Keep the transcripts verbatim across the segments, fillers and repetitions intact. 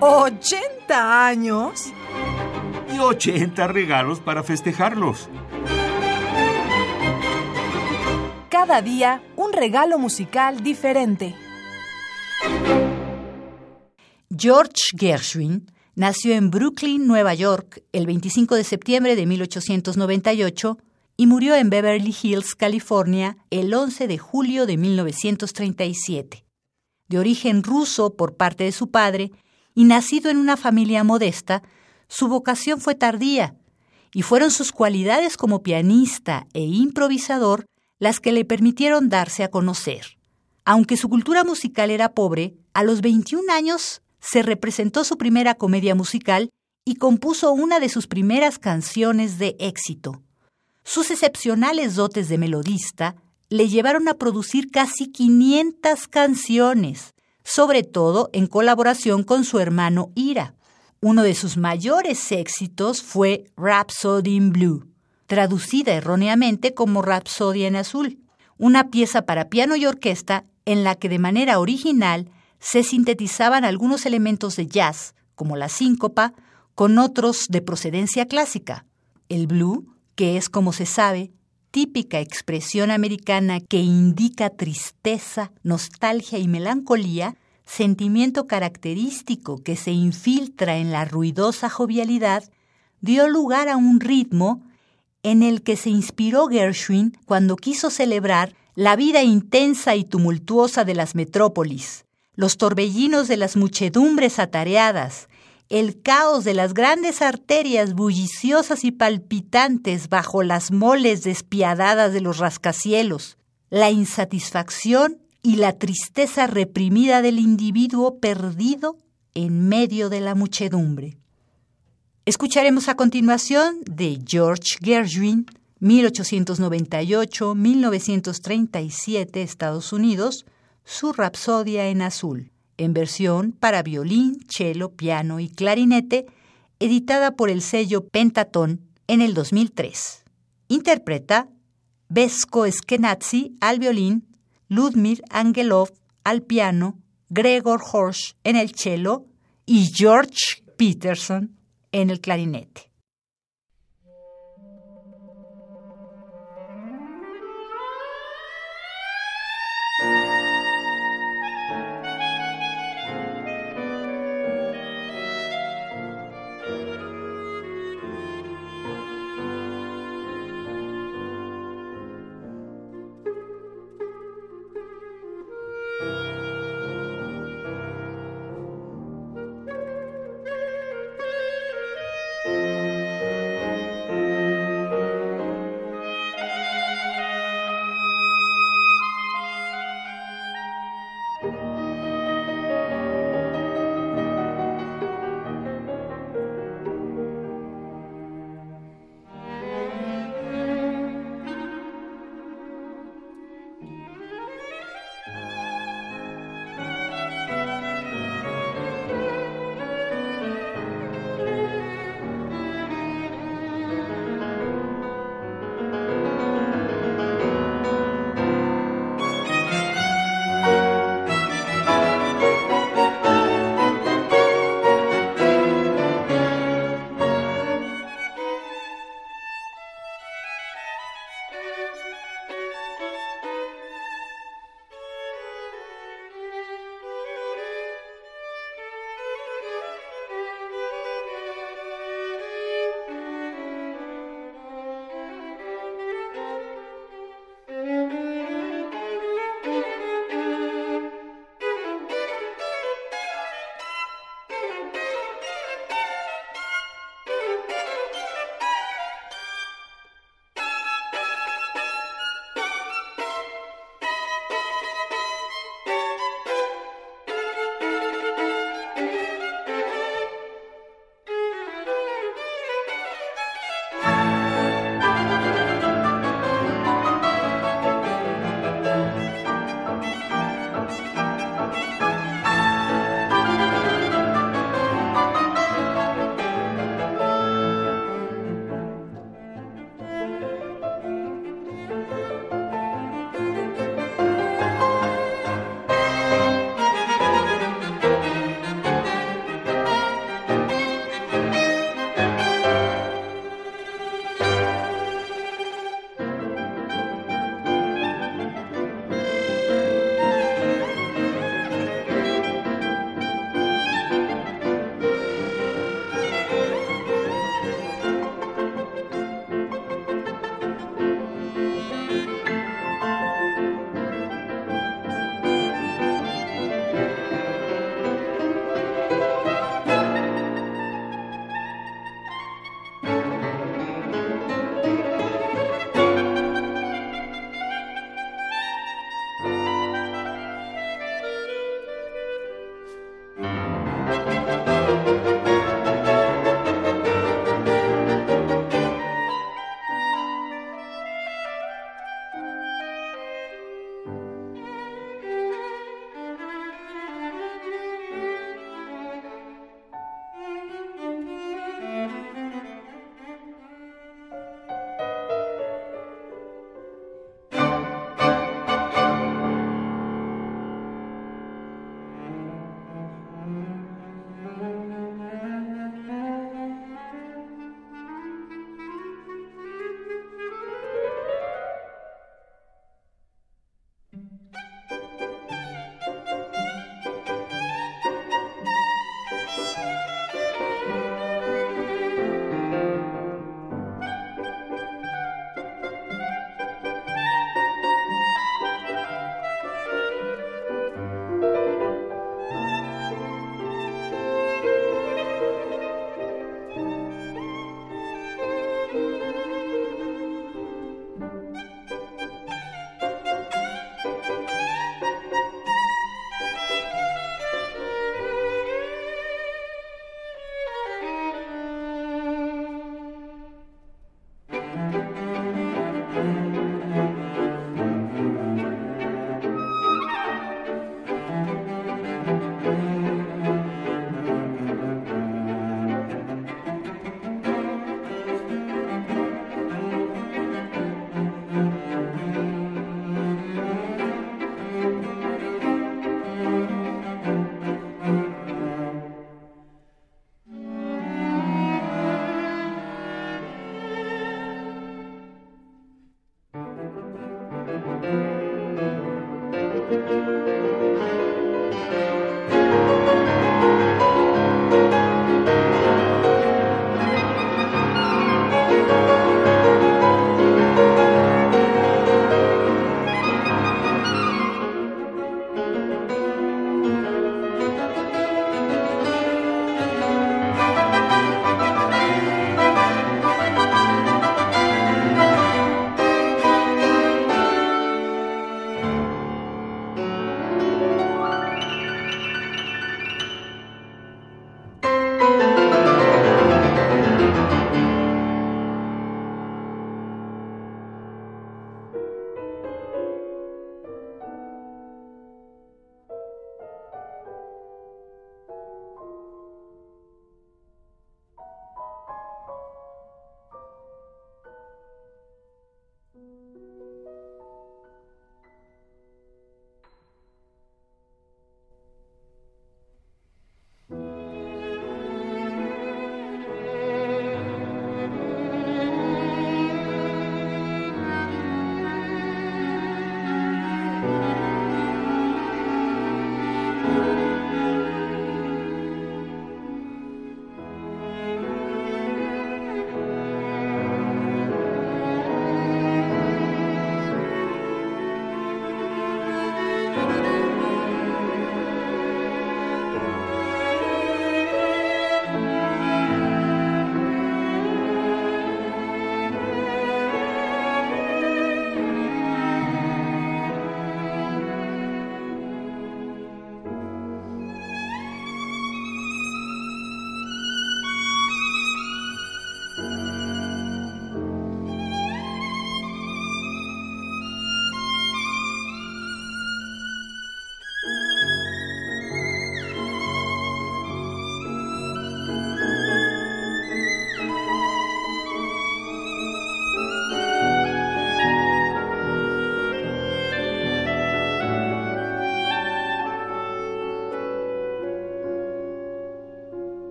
¿ochenta años? Y ochenta regalos para festejarlos. Cada día un regalo musical diferente. George Gershwin nació en Brooklyn, Nueva York, el veinticinco de septiembre de mil ochocientos noventa y ocho y murió en Beverly Hills, California, el once de julio de mil novecientos treinta y siete. De origen ruso por parte de su padre y nacido en una familia modesta, su vocación fue tardía y fueron sus cualidades como pianista e improvisador las que le permitieron darse a conocer. Aunque su cultura musical era pobre, a los veintiún años se representó su primera comedia musical y compuso una de sus primeras canciones de éxito. Sus excepcionales dotes de melodista le llevaron a producir casi quinientas canciones, sobre todo en colaboración con su hermano Ira. Uno de sus mayores éxitos fue Rhapsody in Blue, traducida erróneamente como Rapsodia en Azul, una pieza para piano y orquesta en la que de manera original se sintetizaban algunos elementos de jazz, como la síncopa, con otros de procedencia clásica. El blue, que es, como se sabe, típica expresión americana que indica tristeza, nostalgia y melancolía, sentimiento característico que se infiltra en la ruidosa jovialidad, dio lugar a un ritmo en el que se inspiró Gershwin cuando quiso celebrar la vida intensa y tumultuosa de las metrópolis, los torbellinos de las muchedumbres atareadas, el caos de las grandes arterias bulliciosas y palpitantes bajo las moles despiadadas de los rascacielos, la insatisfacción y la tristeza reprimida del individuo perdido en medio de la muchedumbre. Escucharemos a continuación de George Gershwin, mil ochocientos noventa y ocho a mil novecientos treinta y siete, Estados Unidos, su Rapsodia en Azul, en versión para violín, cello, piano y clarinete, editada por el sello Pentatón en el dos mil tres. Interpreta Besko Eskenazi al violín, Ludmir Angelov al piano, Gregor Horsch en el cello y George Peterson en el clarinete.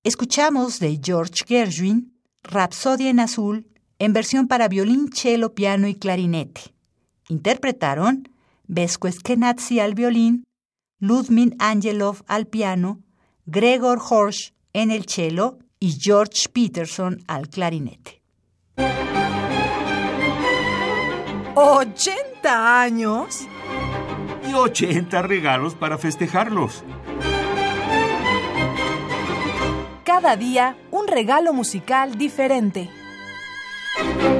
Escuchamos de George Gershwin, Rapsodia en Azul, en versión para violín, cello, piano y clarinete. Interpretaron Vesco Eskenazi al violín, Ludmil Angelov al piano, Gregor Horsch en el cello y George Peterson al clarinete. ¿ochenta años? Y ochenta regalos para festejarlos. Cada día un regalo musical diferente.